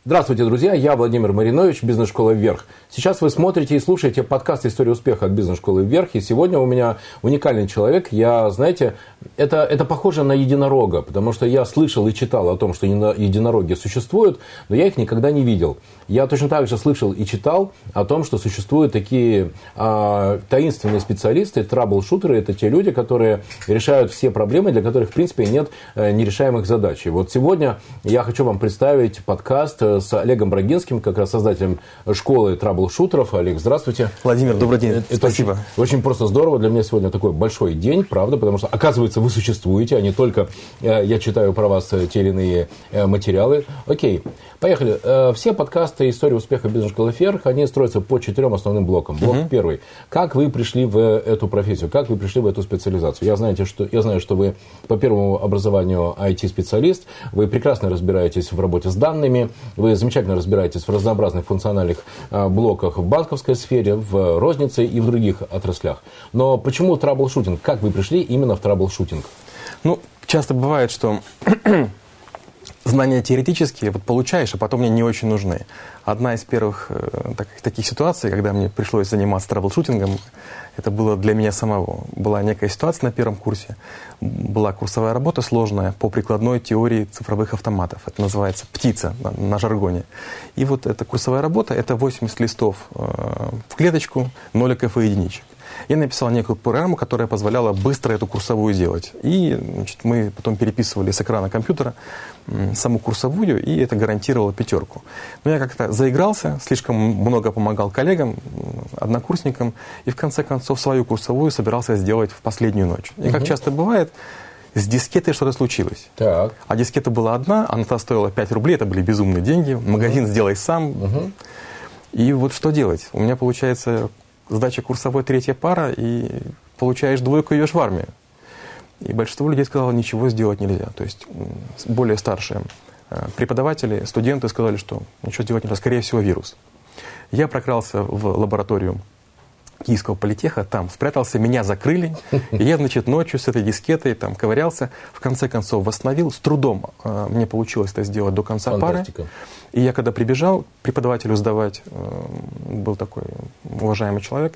Здравствуйте, друзья, я Владимир Маринович, бизнес-школа «Вверх». Сейчас вы смотрите и слушаете подкаст «История успеха» от бизнес-школы «Вверх». И сегодня у меня уникальный человек. Это похоже на единорога, потому что я слышал и читал о том, что единороги существуют, но я их никогда не видел. Я точно так же слышал и читал о том, что существуют такие таинственные специалисты, траблшутеры. Это те люди, которые решают все проблемы, для которых, в принципе, нет нерешаемых задач. И вот сегодня я хочу вам представить подкаст с Олегом Брагинским, как раз создателем школы траблшутеров. Олег, здравствуйте. Владимир, добрый день. Спасибо. Очень просто здорово. Для меня сегодня такой большой день, правда, потому что, оказывается, вы существуете, а не только я читаю про вас те или иные материалы. Окей, поехали. Все подкасты «История успеха» бизнес-школы «Вверх», они строятся по 4 основным блокам. Блок первый. Как вы пришли в эту профессию? Как вы пришли в эту специализацию? Я знаю, что вы по первому образованию IT-специалист, вы прекрасно разбираетесь в работе с данными, вы замечательно разбираетесь в разнообразных функциональных блоках в банковской сфере, в рознице и в других отраслях. Но почему траблшутинг? Как вы пришли именно в траблшутинг? Ну, часто бывает, что знания теоретические получаешь, а потом мне не очень нужны. Одна из первых таких ситуаций, когда мне пришлось заниматься траблшутингом, это было для меня самого. Была некая ситуация на первом курсе. Была курсовая работа сложная по прикладной теории цифровых автоматов. Это называется «птица» на жаргоне. И вот эта курсовая работа, это 80 листов в клеточку, ноликов и единичек. Я написал некую программу, которая позволяла быстро эту курсовую делать. И мы потом переписывали с экрана компьютера саму курсовую, и это гарантировало 5. Но я как-то заигрался, слишком много помогал коллегам, однокурсникам, и в конце концов свою курсовую собирался сделать в последнюю ночь. И как часто бывает, с дискетой что-то случилось. Так. А дискета была одна, она стоила 5 рублей, это были безумные деньги. Магазин «Сделай сам». И вот что делать? У меня получается сдача курсовой 3-я пара, и получаешь 2 и идешь в армию. И большинство людей сказало, ничего сделать нельзя. То есть более старшие преподаватели, студенты сказали, что ничего сделать нельзя, скорее всего, вирус. Я прокрался в лабораторию Киевского политеха, там спрятался, меня закрыли, и я, ночью с этой дискетой там ковырялся, в конце концов восстановил, с трудом мне получилось это сделать до конца пары. И я, когда прибежал преподавателю сдавать, был такой уважаемый человек,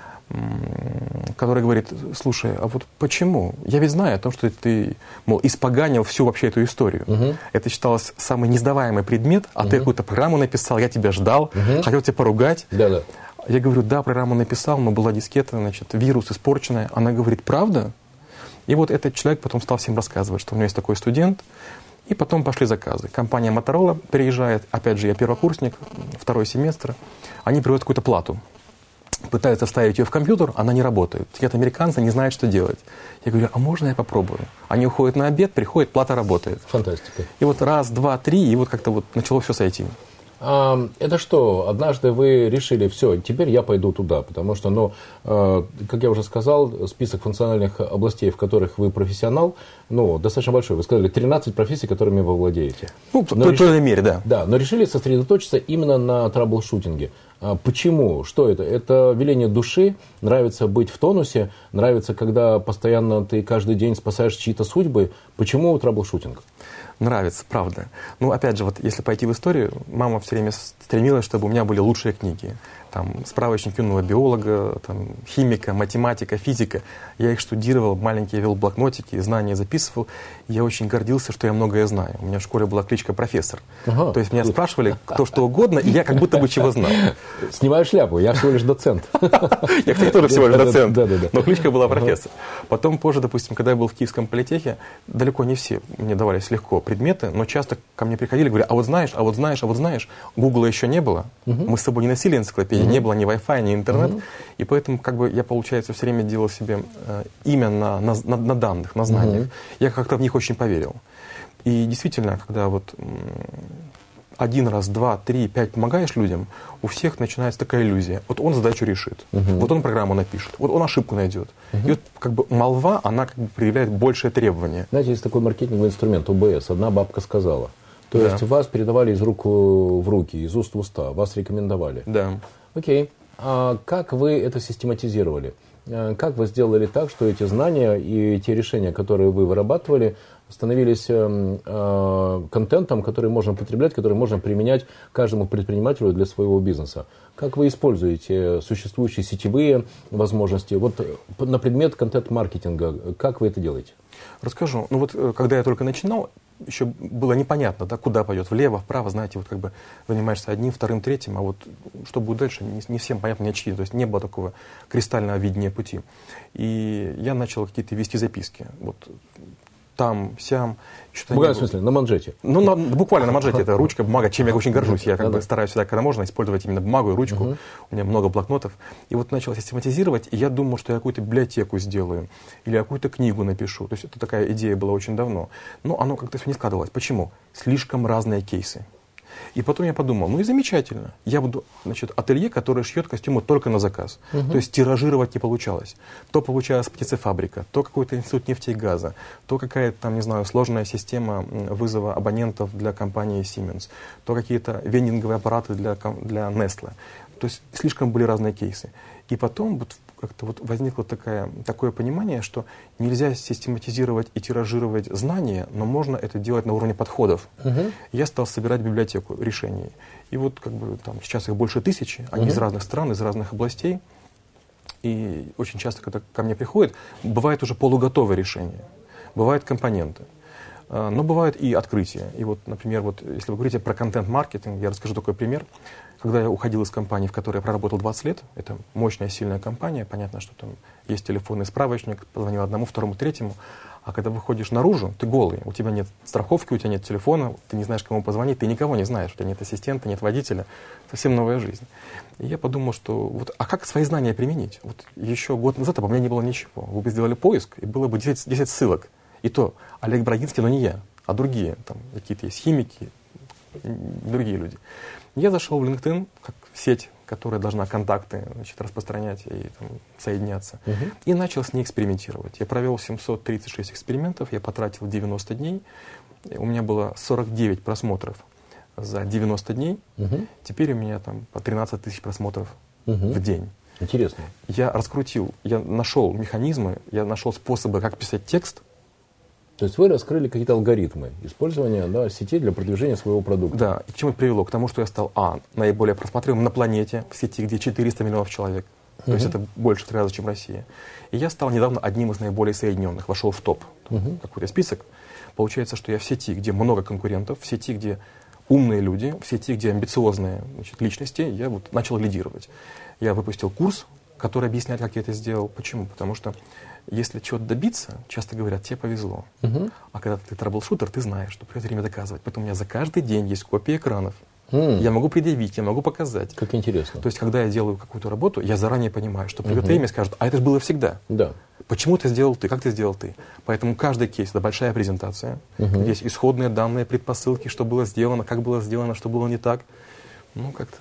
который говорит, слушай, а вот почему? Я ведь знаю о том, что ты, испоганил всю вообще эту историю. Это считалось самый несдаваемый предмет, а ты какую-то программу написал, я тебя ждал, хотел тебя поругать. Да-да. Я говорю, да, программу написал, но была дискета, вирус испорченная. Она говорит, правда? И вот этот человек потом стал всем рассказывать, что у него есть такой студент. И потом пошли заказы. Компания Motorola приезжает, опять же, я первокурсник, 2-й семестр. Они приводят какую-то плату. Пытаются вставить ее в компьютер, она не работает. Сидят американцы, не знают, что делать. Я говорю, а можно я попробую? Они уходят на обед, приходят, плата работает. Фантастика. И вот 1, 2, 3, и вот как-то начало все сойти. Это что, однажды вы решили, все, теперь я пойду туда, потому что, как я уже сказал, список функциональных областей, в которых вы профессионал, достаточно большой. Вы сказали, 13 профессий, которыми вы владеете. В той мере, да. Да, но решили сосредоточиться именно на траблшутинге. Почему? Что это? Это веление души, нравится быть в тонусе, нравится, когда постоянно ты каждый день спасаешь чьи-то судьбы. Почему траблшутинг? Нравится, правда. Опять же, если пойти в историю, мама все время стремилась, чтобы у меня были лучшие книги. Там справочник юного биолога, химика, математика, физика. Я их штудировал, маленькие вел блокнотики, знания записывал. Я очень гордился, что я многое знаю. У меня в школе была кличка «Профессор». То есть меня спрашивали кто что угодно, и я как будто бы чего знал. Снимаю шляпу, я всего лишь доцент. Я, кстати, тоже всего лишь доцент, но кличка была «Профессор». Потом позже, допустим, когда я был в Киевском политехе, далеко не все мне давались легко предметы, но часто ко мне приходили и говорили, а вот знаешь, Гугла еще не было, мы с собой не носили энциклопедии, не было ни Wi-Fi, ни интернет, и поэтому я, получается, все время делал себе имя на данных, на знаниях. Я как-то в них очень поверил. И действительно, когда 1 раз, 2, 3, 5 помогаешь людям, у всех начинается такая иллюзия. Вот он задачу решит, вот он программу напишет, вот он ошибку найдет. И вот молва, она предъявляет большее требование. Знаете, есть такой маркетинговый инструмент ОБС. Одна бабка сказала. То есть вас передавали из рук в руки, из уст в уста, вас рекомендовали. Да. Окей. А как вы это систематизировали? как вы сделали так, что эти знания и те решения, которые вы вырабатывали, становились контентом, который можно потреблять, который можно применять каждому предпринимателю для своего бизнеса? Как вы используете существующие сетевые возможности? Вот на предмет контент-маркетинга, как вы это делаете? Расскажу. Ну вот, когда я только начинал, еще было непонятно, да, куда пойдет, влево, вправо, знаете, вот как бы занимаешься одним, вторым, третьим, а вот что будет дальше, не всем понятно, не очевидно. То есть не было такого кристального видения пути. И я начал какие-то вести записки. Вот там, сям. В буквальном смысле, на манжете? Ну, буквально на манжете. Это ручка, бумага, чем я очень горжусь. Я как бы стараюсь всегда, когда можно, использовать именно бумагу и ручку. У меня много блокнотов. И вот начал систематизировать, и я думал, что я какую-то библиотеку сделаю или какую-то книгу напишу. То есть это такая идея была очень давно. Но оно как-то все не складывалось. Почему? Слишком разные кейсы. И потом я подумал, ну и замечательно. Я буду, значит, ателье, которое шьет костюмы только на заказ. То есть тиражировать не получалось. То получалась птицефабрика, то какой-то институт нефти и газа, то какая-то там, не знаю, сложная система вызова абонентов для компании Siemens, то какие-то вендинговые аппараты для Nestle. То есть слишком были разные кейсы. И потом вот как-то вот возникло такое понимание, что нельзя систематизировать и тиражировать знания, но можно это делать на уровне подходов. Я стал собирать библиотеку решений. И вот как бы там сейчас их больше 1000, они из разных стран, из разных областей. И очень часто, когда ко мне приходят, бывает уже полуготовые решения, бывают компоненты. Но бывают и открытия. И вот, например, вот, если вы говорите про контент-маркетинг, я расскажу такой пример. Когда я уходил из компании, в которой я проработал 20 лет, это мощная, сильная компания, понятно, что там есть телефонный справочник, позвонил одному, второму, третьему, а когда выходишь наружу, ты голый, у тебя нет страховки, у тебя нет телефона, ты не знаешь, кому позвонить, ты никого не знаешь, у тебя нет ассистента, нет водителя, совсем новая жизнь. И я подумал, что вот, а как свои знания применить? Вот еще год назад обо мне не было ничего, вы бы сделали поиск, и было бы 10 ссылок, и то Олег Брагинский, но не я, а другие, там какие-то есть химики, другие люди. Я зашел в LinkedIn, как сеть, которая должна контакты, значит, распространять и там, соединяться, и начал с ней экспериментировать. Я провел 736 экспериментов, я потратил 90 дней, у меня было 49 просмотров за 90 дней, теперь у меня там по 13 тысяч просмотров в день. Интересно. Я раскрутил, я нашел механизмы, я нашел способы, как писать текст. То есть вы раскрыли какие-то алгоритмы использования, да, сети для продвижения своего продукта. Да, и к чему это привело? К тому, что я стал наиболее просматриваемым на планете, в сети, где 400 миллионов человек. То есть это больше 3 раза, чем Россия. И я стал недавно одним из наиболее соединенных, вошел в топ, какой-то список. Получается, что я в сети, где много конкурентов, в сети, где умные люди, в сети, где амбициозные, значит, личности, я вот начал лидировать. Я выпустил курс, который объясняет, как я это сделал. Почему? Потому что если чего-то добиться, часто говорят, тебе повезло. А когда ты трэблшутер, ты знаешь, что придет время доказывать. Поэтому у меня за каждый день есть копии экранов. Я могу предъявить, я могу показать. Как интересно. То есть, когда я делаю какую-то работу, я заранее понимаю, что придет время и скажут, а это же было всегда. Да. Почему ты сделал ты, как ты сделал ты? Поэтому каждый кейс — это большая презентация. Где есть исходные данные, предпосылки, что было сделано, как было сделано, что было не так. Ну, как-то.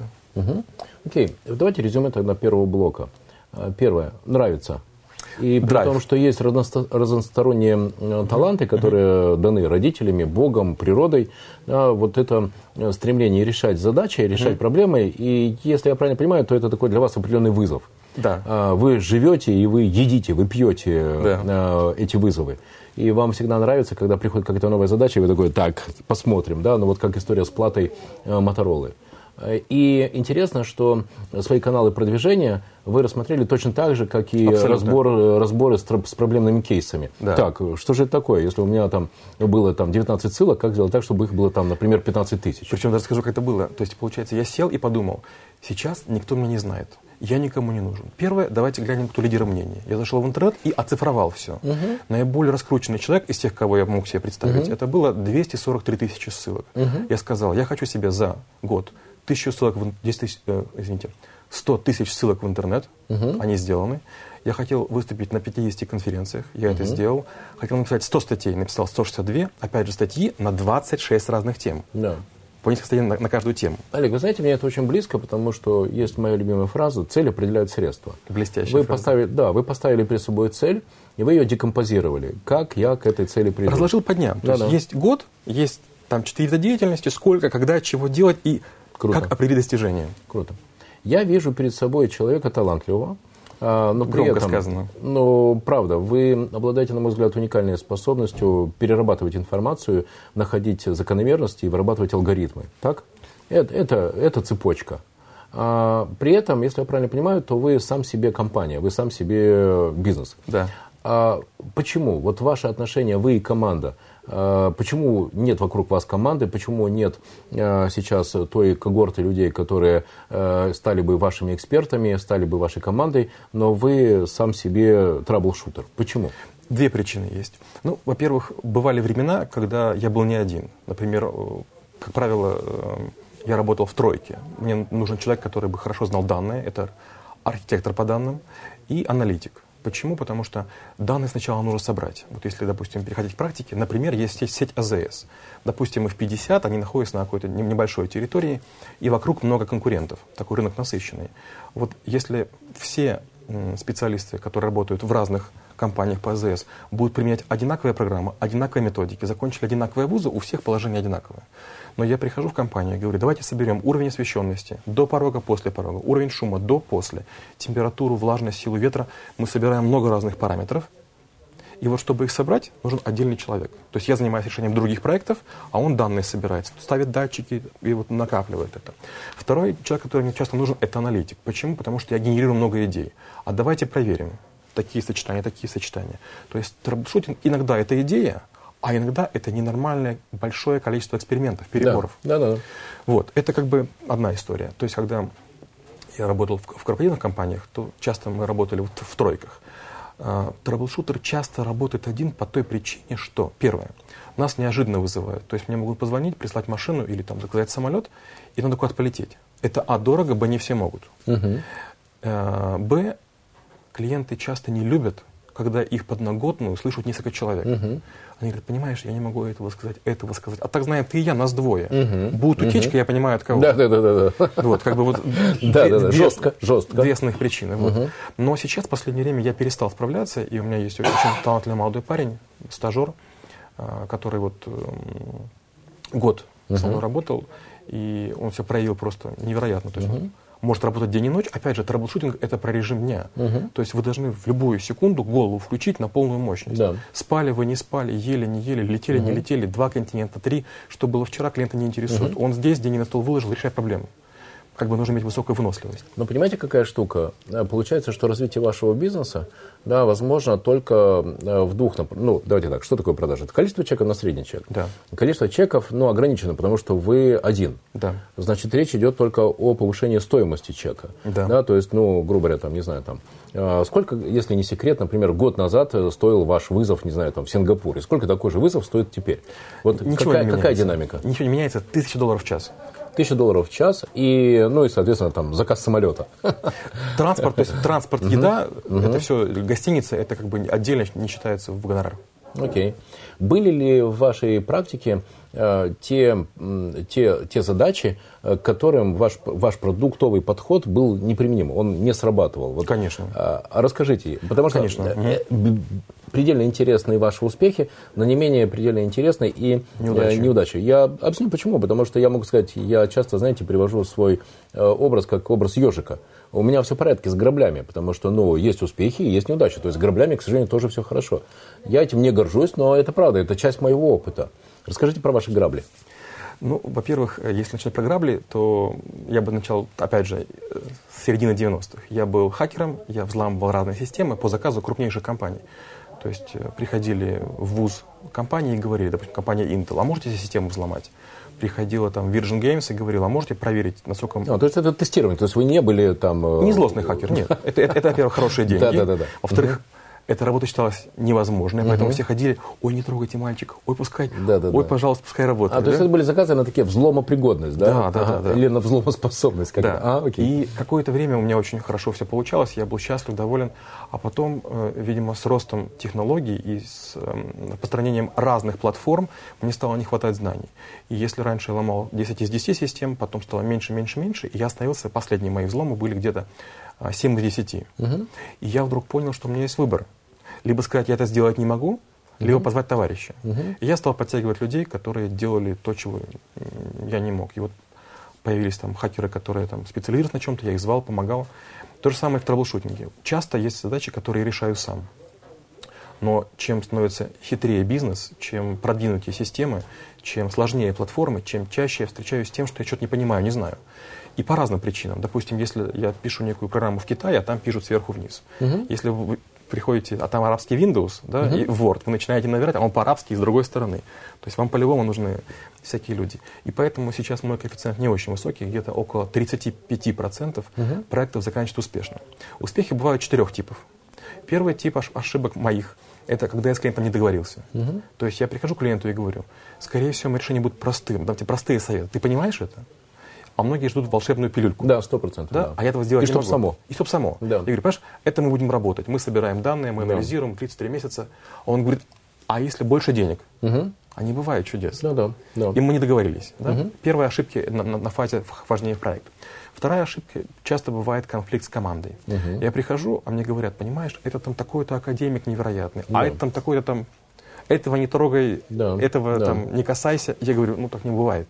Окей, давайте резюме тогда первого блока. Первое. Нравится. И при том, что есть разносторонние таланты, которые даны родителями, Богом, природой, вот это стремление решать задачи, решать проблемы. И если я правильно понимаю, то это такой для вас определенный вызов. Да. Вы живете и вы едите, вы пьете эти вызовы. И вам всегда нравится, когда приходит какая-то новая задача, и вы такой, так, посмотрим, да, ну вот как история с платой Моторолы. И интересно, что свои каналы продвижения вы рассмотрели точно так же, как и разборы с проблемными кейсами. Да. Так, что же это такое? Если у меня там было там 19 ссылок, как сделать так, чтобы их было там, например, 15 тысяч? Причем даже скажу, как это было. То есть, получается, я сел и подумал, сейчас никто меня не знает, я никому не нужен. Первое, давайте глянем, кто лидер мнений. Я зашел в интернет и оцифровал все. Наиболее раскрученный человек из тех, кого я мог себе представить, это было 243 тысячи ссылок. Я сказал, я хочу себе за год 100 тысяч ссылок в интернет, они сделаны. Я хотел выступить на 50 конференциях, я это сделал. Хотел написать 100 статей, написал 162, опять же статьи на 26 разных тем. Да. По несколько статей на каждую тему. Олег, вы знаете, мне это очень близко, потому что есть моя любимая фраза «цель определяет средства». Блестящая фраза. Вы поставили перед собой цель, и вы ее декомпозировали. Как я к этой цели приду? Разложил по дням. То есть есть год, есть там 4 вида деятельности, сколько, когда, чего делать и как определить достижения. Круто. Я вижу перед собой человека талантливого, Но при Громко этом, сказано. ну, правда, вы обладаете, на мой взгляд, уникальной способностью перерабатывать информацию, находить закономерности и вырабатывать алгоритмы. Так? Это цепочка. При этом, если я правильно понимаю, то вы сам себе компания, вы сам себе бизнес. Да. Почему? Вот ваши отношения, вы и команда. Почему нет вокруг вас команды? Почему нет сейчас той когорты людей, которые стали бы вашими экспертами, стали бы вашей командой, но вы сам себе траблшутер? Почему? Две причины есть. Ну, во-первых, бывали времена, когда я был не один. Например, как правило, я работал в тройке. Мне нужен человек, который бы хорошо знал данные. Это архитектор по данным и аналитик. Почему? Потому что данные сначала нужно собрать. Вот если, допустим, переходить к практике, например, есть сеть АЗС. Допустим, их 50, они находятся на какой-то небольшой территории, и вокруг много конкурентов. Такой рынок насыщенный. Вот если все специалисты, которые работают в разных компаниях по АЗС, будут применять одинаковые программы, одинаковые методики, закончили одинаковые вузы, у всех положение одинаковое. Но я прихожу в компанию и говорю, давайте соберем уровень освещенности до порога, после порога, уровень шума до, после, температуру, влажность, силу ветра. Мы собираем много разных параметров. И вот чтобы их собрать, нужен отдельный человек. То есть я занимаюсь решением других проектов, а он данные собирает, ставит датчики и вот накапливает это. Второй человек, который мне часто нужен, это аналитик. Почему? Потому что я генерирую много идей. А давайте проверим. Такие сочетания. То есть трэблшутинг иногда это идея, а иногда это ненормальное большое количество экспериментов, переборов. Да. Вот. Это как бы одна история. То есть когда я работал в корпоративных компаниях, то часто мы работали вот в тройках. Трэблшутер часто работает один по той причине, что, первое, нас неожиданно вызывают. То есть мне могут позвонить, прислать машину или там заказать самолет, и надо куда-то полететь. Это дорого, не все могут. Б, клиенты часто не любят, когда их подноготную слышат несколько человек. Они говорят, понимаешь, я не могу этого сказать. А так знаем ты и я, нас двое. Будет утечка, я понимаю, от кого. Да. Вот, как бы вот жестко. Две основных причины. Вот. Но сейчас, в последнее время, я перестал справляться, и у меня есть очень талантливый молодой парень, стажер, который вот год со мной работал, и он себя проявил просто невероятно. То есть он может работать день и ночь. Опять же, трэблшутинг — это про режим дня. То есть вы должны в любую секунду голову включить на полную мощность. Да. Спали вы, не спали, ели, не ели, летели, не летели, 2 континента, 3. Что было вчера, клиента не интересует. Он здесь, деньги на стол выложил, решай проблему. Как бы нужно иметь высокую выносливость. Но понимаете, какая штука? Получается, что развитие вашего бизнеса, да, возможно только в двух... Ну, давайте так, что такое продажа? Это количество чеков на средний чек. Да. Количество чеков, ограничено, потому что вы один. Да. Значит, речь идет только о повышении стоимости чека. Да. То есть, грубо говоря, там, не знаю, там, сколько, если не секрет, например, год назад стоил ваш вызов, не знаю, там, в Сингапуре. Сколько такой же вызов стоит теперь? Вот какая динамика? Ничего не меняется. $1000 в час. $1000 в час и, соответственно, там, заказ самолета. Транспорт, то есть транспорт, еда, это все, гостиница, это как бы отдельно не считается в гонорар. Окей. Были ли в вашей практике те задачи, к которым ваш продуктовый подход был неприменим, он не срабатывал? Вот, конечно. Расскажите, потому что предельно интересные ваши успехи, но не менее предельно интересные и неудачи. Я объясню почему. Потому что я могу сказать, я часто, знаете, привожу свой образ как образ ежика. У меня все в порядке с граблями, потому что, есть успехи и есть неудачи. То есть с граблями, к сожалению, тоже все хорошо. Я этим не горжусь, но это правда, это часть моего опыта. Расскажите про ваши грабли. Во-первых, если начать про грабли, то я бы начал, опять же, с середины 90-х. Я был хакером, я взламывал разные системы по заказу крупнейших компаний. То есть приходили в вуз компании и говорили, допустим, компания Intel, а можете здесь систему взломать? Приходила там Virgin Games и говорила, а можете проверить, насколько... то есть это тестирование, то есть вы не были там... Не злостный хакер, нет. Это, во-первых, хорошие деньги. Да. Во-вторых, эта работа считалась невозможной, поэтому все ходили, ой, не трогайте мальчик, ой, пускай, пожалуйста, пускай работает. То есть это были заказы на такие взломопригодность, да? Да. Или на взломоспособность. Да. И какое-то время у меня очень хорошо все получалось, я был счастлив, доволен, а потом, видимо, с ростом технологий и с построением разных платформ мне стало не хватать знаний. И если раньше я ломал 10 из 10 систем, потом стало меньше, и я остановился, последние мои взломы были где-то 7 из 10. И я вдруг понял, что у меня есть выбор. Либо сказать, я это сделать не могу, либо позвать товарища. И я стал подтягивать людей, которые делали то, чего я не мог. И вот появились там хакеры, которые там специализируются на чем-то, я их звал, помогал. То же самое и в трэблшутинге. Часто есть задачи, которые я решаю сам. Но чем становится хитрее бизнес, чем продвинутее системы, чем сложнее платформы, чем чаще я встречаюсь с тем, что я что-то не понимаю, не знаю. И по разным причинам. Допустим, если я пишу некую программу в Китае, а там пишут сверху вниз. Если вы приходите, а там арабский Windows, да, и Word, вы начинаете набирать, а он по-арабски и с другой стороны. То есть вам по-любому нужны всякие люди. И поэтому сейчас мой коэффициент не очень высокий, где-то около 35% проектов заканчивают успешно. Успехи бывают 4 типов. Первый тип ошибок моих — это когда я с клиентом не договорился. То есть я прихожу к клиенту и говорю, скорее всего, мое решение будет простым, дам тебе простые советы. Ты понимаешь это? А многие ждут волшебную пилюльку. Да, 100%. Да? А я этого сделать и не могу. Само. И чтоб само. Да. Я говорю, понимаешь, это мы будем работать. Мы собираем данные, мы анализируем 33 месяца. А он говорит, а если больше денег? А не бывает чудес. Да. И мы не договорились. Да? Первая ошибка на фазе вхождения в проект. Вторая ошибка, часто бывает конфликт с командой. Я прихожу, а мне говорят, понимаешь, это там такой-то академик невероятный, а это там такой-то там, этого не трогай, этого там не касайся. Я говорю, ну так не бывает.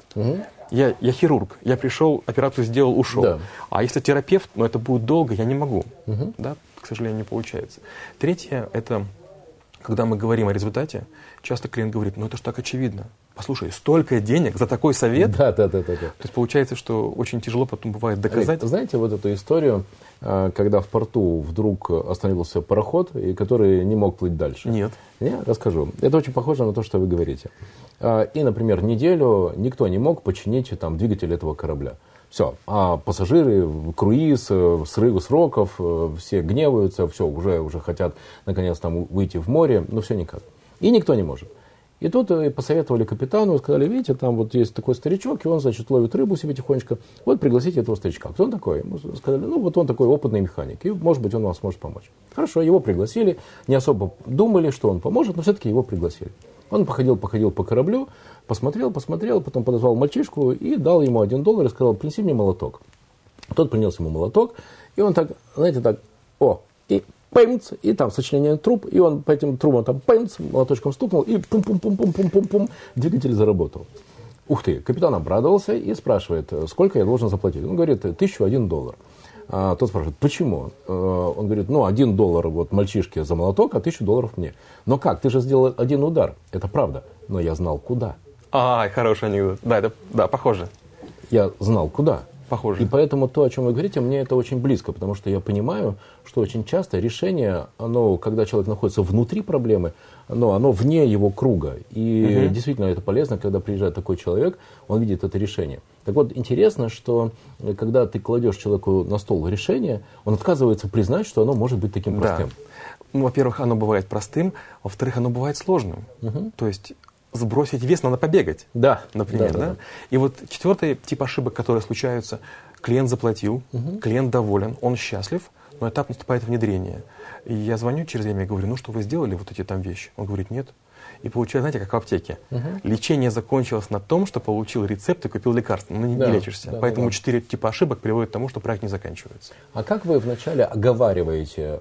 Я хирург, я пришел, операцию сделал, ушел. Да. А если терапевт, ну это будет долго, я не могу. Да? К сожалению, не получается. Третье, это когда мы говорим о результате, часто клиент говорит, ну это же так очевидно. Послушай, столько денег за такой совет? Да. То есть получается, что очень тяжело потом бывает доказать. Знаете вот эту историю, когда в порту вдруг остановился пароход, и который не мог плыть дальше? Нет. Я расскажу. Это очень похоже на то, что вы говорите. И, например, неделю никто не мог починить там двигатель этого корабля. Все. А пассажиры, круиз, срывы сроков, все гневаются, все, уже хотят наконец там выйти в море, но все никак. И никто не может. И тут посоветовали капитану, сказали, видите, там вот есть такой старичок, и он, значит, ловит рыбу себе тихонечко. Вот пригласите этого старичка. Кто он такой? Ему сказали, ну вот он такой опытный механик, и, может быть, он вам сможет помочь. Хорошо, его пригласили, не особо думали, что он поможет, но все-таки его пригласили. Он походил по кораблю, посмотрел, потом подозвал мальчишку и дал ему $1 и сказал, принеси мне молоток. Тот принес ему молоток, и он так, знаете, так, и пэмц, и там сочленение труб, и он по этим трубам там пэмц, молоточком стукнул, и пум-пум-пум-пум-пум-пум, двигатель заработал. Ух ты, капитан обрадовался и спрашивает, сколько я должен заплатить. Он говорит, $1001. Тот спрашивает, почему? Он говорит, ну, $1 вот мальчишке за молоток, а $1000 мне. Но как? Ты же сделал один удар. Это правда. Но я знал, куда. Хороший анекдот. Да, похоже. Я знал, куда. Похоже. И поэтому то, о чем вы говорите, мне это очень близко, потому что я понимаю, что очень часто решение, оно, когда человек находится внутри проблемы, оно вне его круга. И действительно это полезно, когда приезжает такой человек, он видит это решение. Так вот, интересно, что когда ты кладешь человеку на стол решение, он отказывается признать, что оно может быть таким простым. Да. Во-первых, оно бывает простым, во-вторых, оно бывает сложным. То есть сбросить вес надо побегать. Да. Например, да? И вот четвертый тип ошибок, которые случаются, клиент заплатил, клиент доволен, он счастлив, но этап наступает внедрение. И я звоню через время и говорю, ну что вы сделали вот эти там вещи? Он говорит, нет. И получается, знаете, как в аптеке. Лечение закончилось на том, что получил рецепт и купил лекарство. Но не лечишься. Поэтому 4 типа ошибок приводят к тому, что проект не заканчивается. А как вы вначале оговариваете,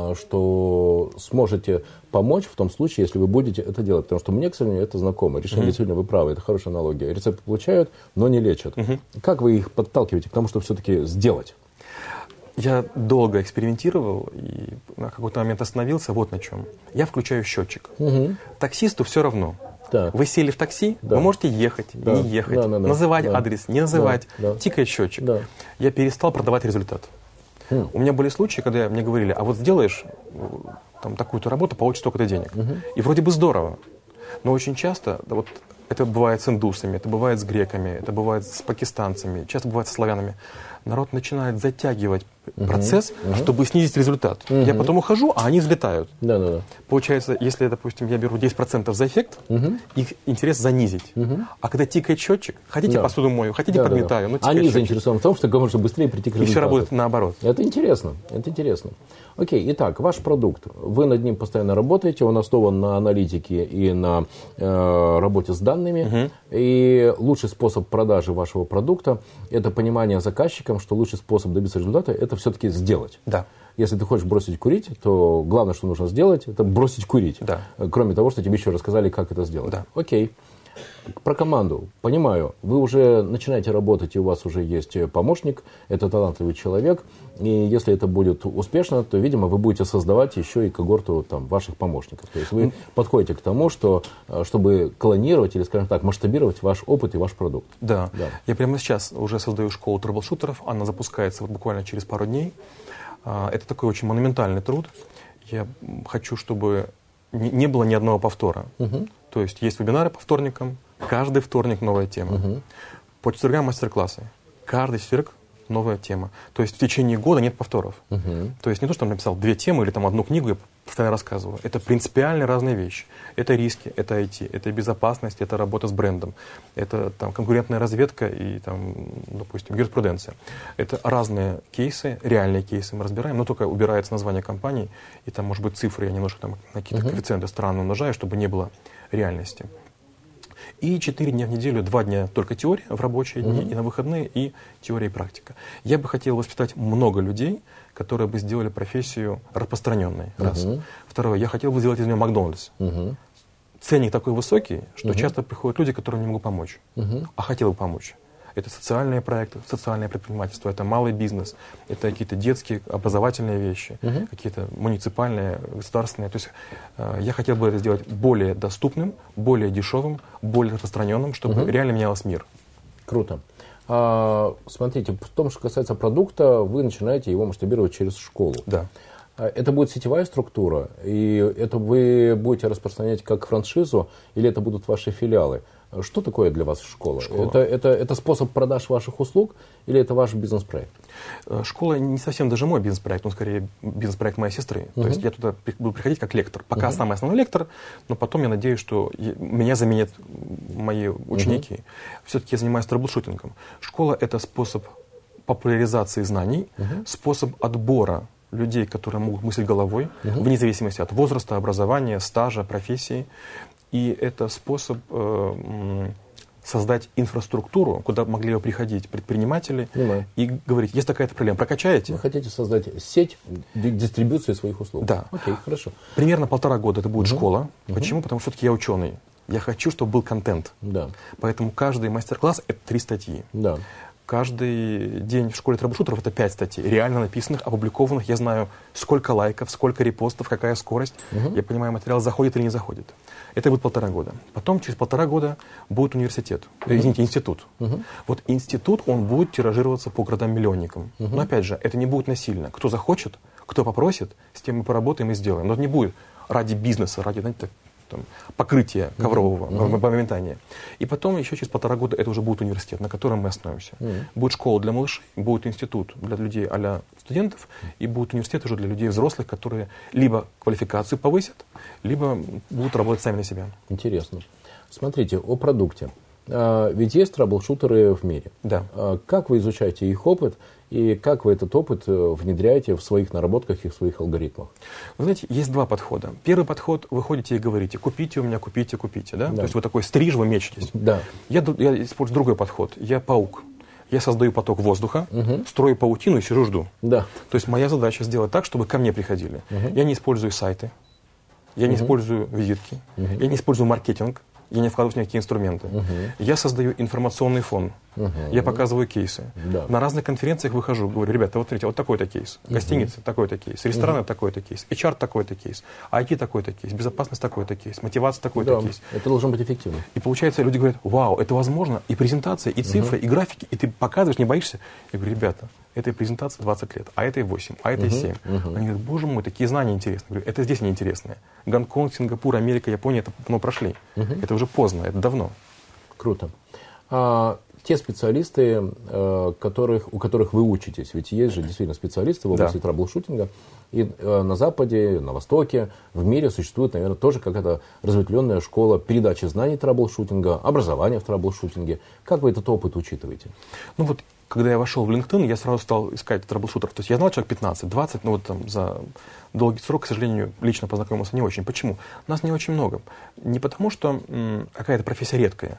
что сможете помочь в том случае, если вы будете это делать? Потому что мне, к сожалению, это знакомо. Решение действительно вы правы, это хорошая аналогия. Рецепты получают, но не лечат. Как вы их подталкиваете к тому, чтобы все-таки сделать? Я долго экспериментировал и на какой-то момент остановился вот на чем. Я включаю счетчик. Таксисту все равно. Так. Вы сели в такси, вы можете ехать, не ехать, называть адрес, не называть, тикает счетчик. Я перестал продавать результат. У меня были случаи, когда мне говорили, а вот сделаешь там такую-то работу, получишь столько-то денег. И вроде бы здорово. Но очень часто, вот это бывает с индусами, это бывает с греками, это бывает с пакистанцами, часто бывает со славянами. Народ начинает затягивать процесс, чтобы снизить результат. Я потом ухожу, а они взлетают. Получается, если, допустим, я беру 10% за эффект, их интерес занизить. А когда тикает счетчик, хотите посуду мою, хотите подметаю, но тикает они счетчик. заинтересованы в том, что как можно быстрее прийти к результату. И все работает наоборот. Это интересно, это интересно. Окей, итак, ваш продукт. Вы над ним постоянно работаете, он основан на аналитике и на работе с данными. И лучший способ продажи вашего продукта – это понимание заказчикам, что лучший способ добиться результата – это все-таки сделать. Да. Если ты хочешь бросить курить, то главное, что нужно сделать, это бросить курить. Да. Кроме того, что тебе еще рассказали, как это сделать. Да. Окей. Про команду. Понимаю, вы уже начинаете работать, и у вас уже есть помощник, это талантливый человек, и если это будет успешно, то, видимо, вы будете создавать еще и когорту там, ваших помощников. То есть вы подходите к тому, что, чтобы клонировать или, скажем так, масштабировать ваш опыт и ваш продукт. Да. Я прямо сейчас уже создаю школу трэблшутеров, она запускается вот буквально через пару дней. Это такой очень монументальный труд. Я хочу, чтобы не было ни одного повтора. То есть вебинары по вторникам, каждый вторник новая тема. По четвергам мастер-классы. Каждый четверг новая тема. То есть в течение года нет повторов. То есть не то, что я написал 2 темы или там 1 книгу, я постоянно рассказываю. Это принципиально разные вещи. Это риски, это IT, это безопасность, это работа с брендом, это там, конкурентная разведка и, там, допустим, юриспруденция. Это разные кейсы, реальные кейсы мы разбираем, но только убирается название компании, и там, может быть, цифры я немножко там на какие-то коэффициенты странно умножаю, чтобы не было реальности. И 4 дня в неделю, 2 дня только теория в рабочие дни, и на выходные, и теория и практика. Я бы хотел воспитать много людей, которые бы сделали профессию распространенной. Раз. Второе, я хотел бы сделать из нее Макдональдс. Ценник такой высокий, что часто приходят люди, которым не могу помочь, а хотел бы помочь. Это социальные проекты, социальное предпринимательство, это малый бизнес, это какие-то детские образовательные вещи, какие-то муниципальные, государственные. То есть я хотел бы это сделать более доступным, более дешевым, более распространенным, чтобы реально менялся мир. Круто. Смотрите, в том, что касается продукта, вы начинаете его масштабировать через школу. Да. Это будет сетевая структура, и это вы будете распространять как франшизу, или это будут ваши филиалы? Что такое для вас школа? Это способ продаж ваших услуг или это ваш бизнес-проект? Школа не совсем даже мой бизнес-проект, он скорее бизнес-проект моей сестры. То есть я туда буду приходить как лектор. Пока самый основной лектор, но потом я надеюсь, что меня заменят мои ученики. Все-таки я занимаюсь трэблшутингом. Школа — это способ популяризации знаний, способ отбора людей, которые могут мыслить головой, вне зависимости от возраста, образования, стажа, профессии. И это способ создать инфраструктуру, куда могли бы приходить предприниматели и говорить, есть такая-то проблема, прокачаете? Вы хотите создать сеть дистрибуции своих услуг? Да. Окей, хорошо. Примерно 1,5 года это будет школа. Почему? Потому что все-таки я ученый. Я хочу, чтобы был контент. Да. Поэтому каждый мастер-класс — это 3 статьи. Да. Каждый день в школе трэблшутеров это 5 статей, реально написанных, опубликованных. Я знаю, сколько лайков, сколько репостов, какая скорость. Я понимаю, материал заходит или не заходит. Это будет 1,5 года. Потом, через 1,5 года, будет университет. Извините, институт. Вот институт, он будет тиражироваться по городам-миллионникам. Но, опять же, это не будет насильно. Кто захочет, кто попросит, с тем мы поработаем и сделаем. Но это не будет ради бизнеса, ради, знаете, там, покрытия коврового, моментания. И потом еще через 1,5 года это уже будет университет, на котором мы остановимся. Будет школа для малышей, будет институт для людей а-ля студентов, и будет университет уже для людей взрослых, которые либо квалификацию повысят, либо будут работать сами на себя. Интересно. Смотрите, о продукте. Ведь есть трэблшутеры в мире. Да. Как вы изучаете их опыт и как вы этот опыт внедряете в своих наработках и в своих алгоритмах? Вы знаете, есть 2 подхода. Первый подход, вы ходите и говорите, купите у меня, купите, купите. Да? То есть вы такой стриж, вы мечетесь. Да. Я использую другой подход. Я паук. Я создаю поток воздуха, строю паутину и сижу жду. Да. То есть моя задача сделать так, чтобы ко мне приходили. Я не использую сайты, я не использую визитки, я не использую маркетинг. Я не вкладываюсь в никакие инструменты. Я создаю информационный фон. Я показываю кейсы. Да. На разных конференциях выхожу, говорю, ребята, вот смотрите, вот такой-то кейс. Гостиница такой-то кейс. Рестораны такой-то кейс. HR такой-то кейс. IT такой-то кейс. Безопасность такой-то кейс. Мотивация такой-то кейс. Это должно быть эффективно. И получается, люди говорят, вау, это возможно. И презентация, и цифры, и графики. И ты показываешь, не боишься. Я говорю, ребята, этой презентации 20 лет, а этой 8, а этой 7. Они говорят, боже мой, такие знания интересные. Я говорю, это здесь неинтересные. Гонконг, Сингапур, Америка, Япония, это давно прошли. Это уже поздно, это давно. Круто. Те специалисты, у которых вы учитесь, ведь есть же действительно специалисты в области трэблшутинга, и на Западе, на Востоке, в мире существует, наверное, тоже какая-то разветвленная школа передачи знаний трэблшутинга, образования в трэблшутинге. Как вы этот опыт учитываете? Ну вот, когда я вошел в LinkedIn, я сразу стал искать трэблшутеров. То есть я знал человек 15-20, но вот там за долгий срок, к сожалению, лично познакомился не очень. Почему? Нас не очень много. Не потому, что какая-то профессия редкая.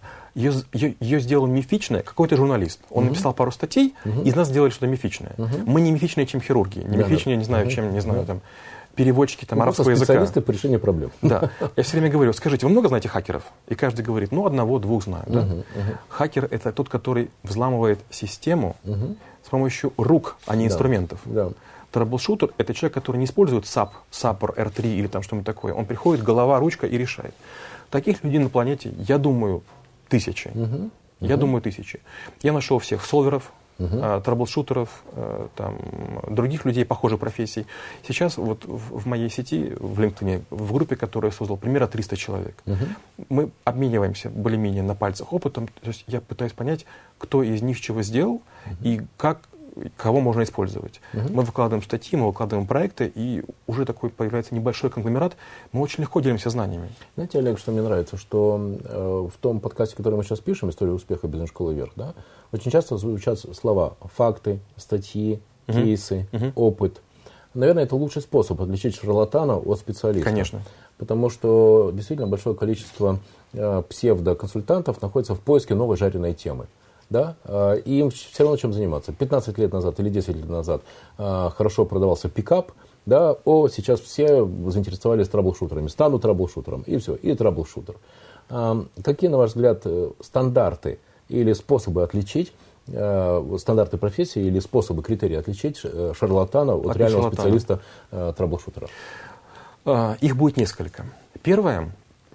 Ее сделал мифичная какой-то журналист. Он написал пару статей, из нас сделали что-то мифичное. Мы не мифичнее, чем хирурги. Не мифичнее, не знаю, чем, не знаю, там, переводчики там, арабского языка. Специалисты по решению проблем. Да. Я все время говорю, скажите, вы много знаете хакеров? И каждый говорит, одного-двух знаю. Да? Хакер — это тот, который взламывает систему с помощью рук, а не инструментов. Да. Трэблшутер — это человек, который не использует SAP, R3 или там что-нибудь такое. Он приходит, голова, ручка и решает. Таких людей на планете, я думаю, тысячи. Я думаю, тысячи. Я нашел всех солверов, трэблшутеров, других людей похожих профессий. Сейчас вот в моей сети, в LinkedIn, в группе, которую я создал, примерно 300 человек. Мы обмениваемся более-менее на пальцах опытом. То есть я пытаюсь понять, кто из них чего сделал и кого можно использовать. Мы выкладываем статьи, мы выкладываем проекты, и уже такой появляется небольшой конгломерат. Мы очень легко делимся знаниями. Знаете, Олег, что мне нравится, что в том подкасте, который мы сейчас пишем, «История успеха бизнес-школы вверх», да, очень часто звучат слова факты, статьи, кейсы, опыт. Наверное, это лучший способ отличить шарлатана от специалиста. Конечно. Потому что действительно большое количество псевдоконсультантов находится в поиске новой жареной темы. Да? И им все равно чем заниматься. 15 лет назад или 10 лет назад хорошо продавался пикап, да? Сейчас все заинтересовались трэблшутерами, стану трэблшутером, и все, и трэблшутер. Какие, на ваш взгляд, стандарты или способы отличить, стандарты профессии или способы, критерии отличить шарлатана от реального специалиста трэблшутера? Их будет несколько. Первое,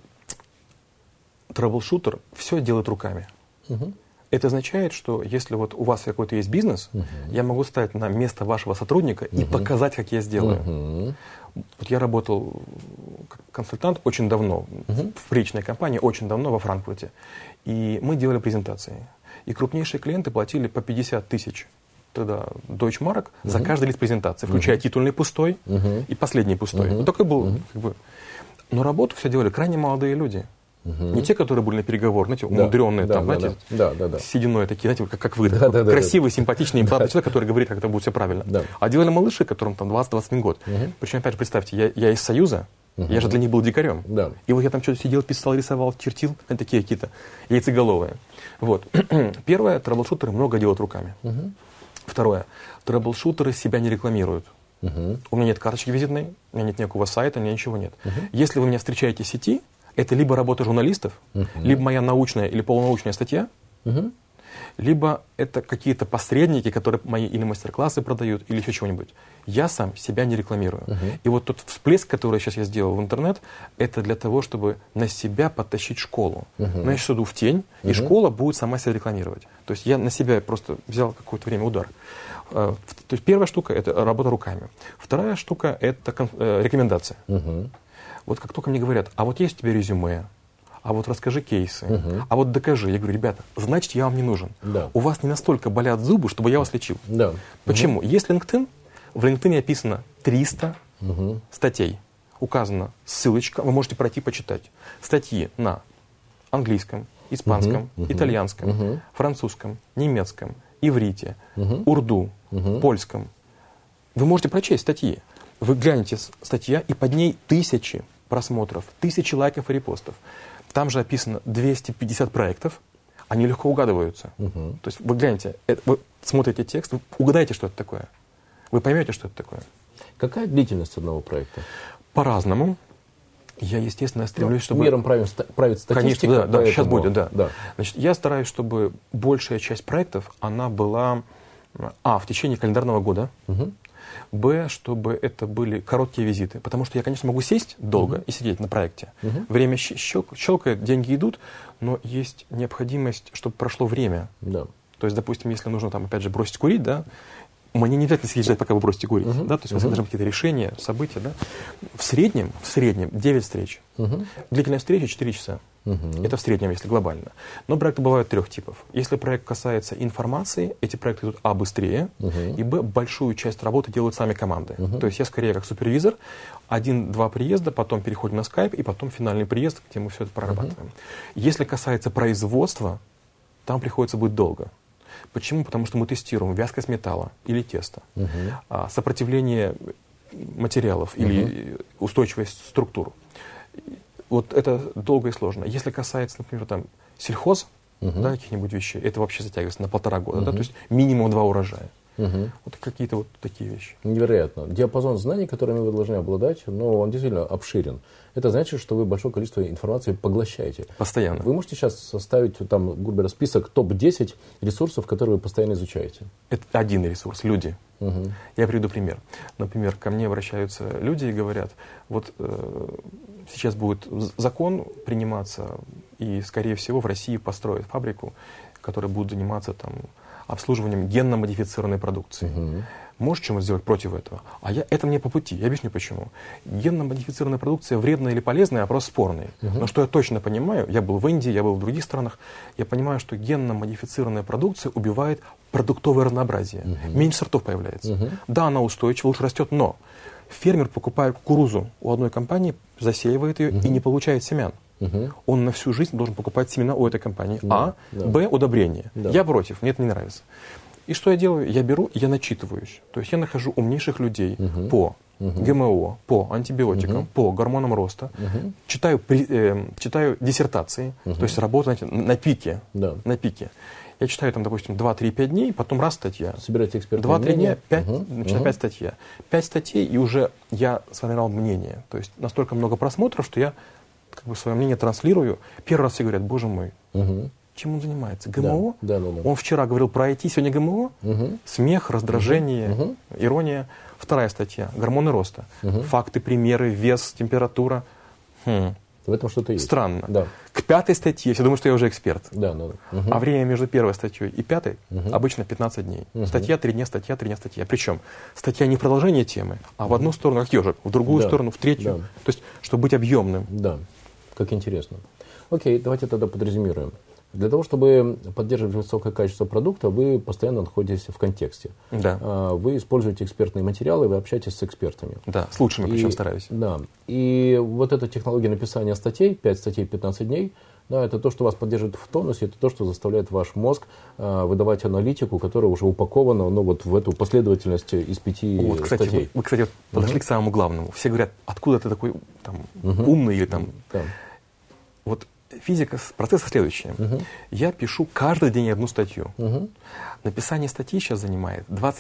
трэблшутер все делает руками. Это означает, что если вот у вас какой-то есть бизнес, я могу стать на место вашего сотрудника и показать, как я сделаю. Вот я работал как консультант очень давно, в приличной компании, очень давно во Франкфурте. И мы делали презентации. И крупнейшие клиенты платили по 50 тысяч тогда Deutschmark за каждый лист презентации, включая титульный пустой и последний пустой. Вот такой был, Но работу все делали крайне молодые люди. Не те, которые были на переговорах, знаете, умудренные, с сединой такие, знаете, как вы, красивый, симпатичный имплантный человек, который говорит, как это будет все правильно. А делали малыши, которым там 20-21 год. Причем, опять же, представьте, я из Союза, я же для них был дикарем. И вот я там что-то сидел, писал, рисовал, чертил, такие какие-то яйцеголовые. Вот. Первое, трэблшутеры много делают руками. Второе, трэблшутеры себя не рекламируют. У меня нет карточки визитной, у меня нет никакого сайта, у меня ничего нет. Если вы меня встречаете в сети, это либо работа журналистов, либо моя научная или полунаучная статья, либо это какие-то посредники, которые мои или мастер-классы продают, или еще чего-нибудь. Я сам себя не рекламирую. И вот тот всплеск, который сейчас я сделал в интернет, это для того, чтобы на себя подтащить школу. Но я сейчас иду в тень, и школа будет сама себя рекламировать. То есть я на себя просто взял какое-то время удар. То есть первая штука – это работа руками. Вторая штука – это рекомендация. Вот как только мне говорят, а вот есть у тебя резюме, а вот расскажи кейсы, а вот докажи. Я говорю, ребята, значит, я вам не нужен. У вас не настолько болят зубы, чтобы я вас лечил. Почему? Есть LinkedIn, в LinkedIn описано 300 статей. Указана ссылочка, вы можете пройти почитать. Статьи на английском, испанском, итальянском, французском, немецком, иврите, урду, польском. Вы можете прочесть статьи. Вы глянете статья, и под ней тысячи просмотров, тысячи лайков и репостов. Там же описано 250 проектов, они легко угадываются. То есть вы глянете, вы смотрите текст, вы угадаете, что это такое. Вы поймете, что это такое. Какая длительность одного проекта? По-разному. Я, естественно, стремлюсь, чтобы... Миром правит статистика. Конечно, да, поэтому... сейчас будет, да. Значит, я стараюсь, чтобы большая часть проектов, она была, в течение календарного года, Б, чтобы это были короткие визиты. Потому что я, конечно, могу сесть долго и сидеть на проекте. Время щелкает, деньги идут, но есть необходимость, чтобы прошло время. То есть, допустим, если нужно, там, опять же, бросить курить, да, мне не обязательно сидеть, пока вы бросите курить. Да? То есть у вас должны быть какие-то решения, события. Да? В среднем 9 встреч. Длительность встречи 4 часа. Это в среднем, если глобально. Но проекты бывают 3 типов. Если проект касается информации, эти проекты идут быстрее, и большую часть работы делают сами команды. То есть я скорее как супервизор, 1-2 приезда, потом переходим на скайп, и потом финальный приезд, где мы все это прорабатываем. Если касается производства, там приходится быть долго. Почему? Потому что мы тестируем вязкость металла или теста, сопротивление материалов или устойчивость структур. Вот это долго и сложно. Если касается, например, там, сельхоз, да, каких-нибудь вещей, это вообще затягивается на 1,5 года. Да, то есть минимум 2 урожая. Вот какие-то вот такие вещи. Невероятно. Диапазон знаний, которыми вы должны обладать, но он действительно обширен. Это значит, что вы большое количество информации поглощаете. Постоянно. Вы можете сейчас составить там, грубо говоря, список топ-10 ресурсов, которые вы постоянно изучаете? Это один ресурс, люди. Я приведу пример. Например, ко мне обращаются люди и говорят, вот сейчас будет закон приниматься, и, скорее всего, в России построят фабрику, которая будет заниматься там, обслуживанием генно-модифицированной продукции. Можешь что-нибудь сделать против этого? Это мне по пути. Я объясню почему. Генно-модифицированная продукция вредная или полезная, вопрос спорный. Но что я точно понимаю, я был в Индии, я был в других странах, я понимаю, что генно-модифицированная продукция убивает продуктовое разнообразие. Меньше сортов появляется. Да, она устойчива, лучше растет, но фермер, покупая кукурузу у одной компании, засеивает ее и не получает семян. Он на всю жизнь должен покупать семена у этой компании. Б, удобрения. Я против, мне это не нравится. И что я делаю? Я беру, я начитываюсь. То есть я нахожу умнейших людей по ГМО, по антибиотикам, по гормонам роста, читаю диссертации, то есть работаю на пике. На пике. Я читаю там, допустим, 2-3-5 дней, потом раз статья. Собираете экспертное 2-3 дня, 5 статья. 5 статей, и уже я сформировал мнение. То есть настолько много просмотров, что я как бы свое мнение транслирую. Первый раз все говорят, боже мой, чем он занимается? ГМО? Он вчера говорил про IT, сегодня ГМО? Смех, раздражение, ирония. Вторая статья. Гормоны роста. Факты, примеры, вес, температура. В этом что-то есть. Странно. К 5 статье все думают, что я уже эксперт. А время между первой статьей и 5 обычно 15 дней. Статья 3 дня, статья 3 дня, статья. Причем статья не продолжение темы, а в одну сторону, как ежик, в другую сторону, в третью. То есть, чтобы быть объемным. Да, как интересно. Окей, давайте тогда подрезюмируем. Для того, чтобы поддерживать высокое качество продукта, вы постоянно находитесь в контексте. Вы используете экспертные материалы, вы общаетесь с экспертами. Да, с лучшими, причем стараюсь. Да. И вот эта технология написания статей, 5 статей, 15 дней, да, это то, что вас поддерживает в тонусе, это то, что заставляет ваш мозг выдавать аналитику, которая уже упакована вот в эту последовательность из 5 статей. Вы, кстати, подошли к самому главному. Все говорят, откуда ты такой там, умный или там... Вот физика процесса следующая. Я пишу каждый день одну статью. Написание статьи сейчас занимает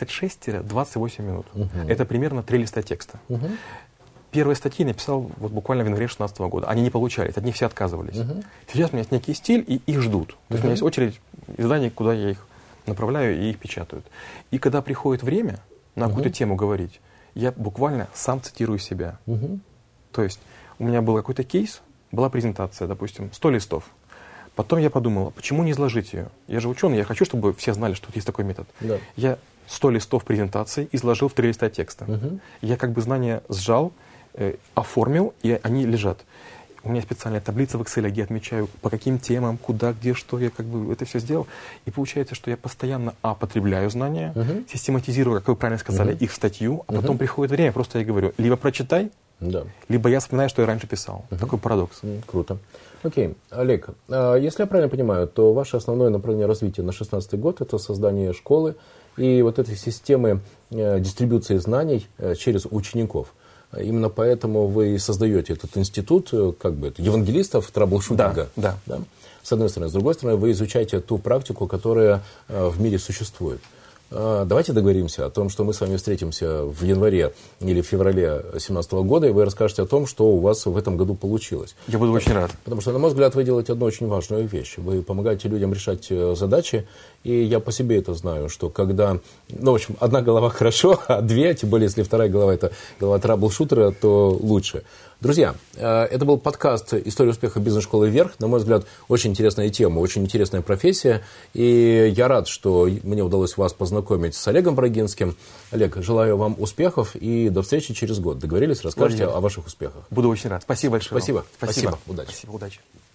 26-28 минут. Это примерно 3 листа текста. Первые статьи написал вот буквально в январе 2016 года. Они не получались, от них все отказывались. Сейчас у меня есть некий стиль, и их ждут. То есть у меня есть очередь изданий, куда я их направляю, и их печатают. И когда приходит время на какую-то тему говорить, я буквально сам цитирую себя. То есть у меня был какой-то кейс, была презентация, допустим, 100 листов. Потом я подумал, почему не изложить ее? Я же ученый, я хочу, чтобы все знали, что есть такой метод. Я 100 листов презентации изложил в 3 листа текста. Я как бы знания сжал, оформил, и они лежат. У меня специальная таблица в Excel, где я отмечаю, по каким темам, куда, где, что, я как бы это все сделал. И получается, что я постоянно потребляю знания, систематизирую, как вы правильно сказали, их в статью, а потом приходит время, просто я говорю, либо прочитай, либо я вспоминаю, что я раньше писал. Такой парадокс. Круто. Окей. Олег, если я правильно понимаю, то ваше основное направление развития на 2016 год – это создание школы и вот этой системы дистрибуции знаний через учеников. Именно поэтому вы создаете этот институт, как бы, евангелистов траблшутинга. Да. С одной стороны. С другой стороны, вы изучаете ту практику, которая в мире существует. Давайте договоримся о том, что мы с вами встретимся в январе или в феврале 2017 года, и вы расскажете о том, что у вас в этом году получилось. Я буду очень рад. Потому что, на мой взгляд, вы делаете одну очень важную вещь. Вы помогаете людям решать задачи, и я по себе это знаю, что когда, в общем, одна голова хорошо, а 2, тем более, если вторая голова это голова траблшутера, то лучше. Друзья, это был подкаст «История успеха бизнес-школы Вверх». На мой взгляд, очень интересная тема, очень интересная профессия. И я рад, что мне удалось вас познакомить с Олегом Брагинским. Олег, желаю вам успехов и до встречи через год. Договорились? Расскажите о ваших успехах. Буду очень рад. Спасибо большое. Спасибо. Удачи. Спасибо. Удачи.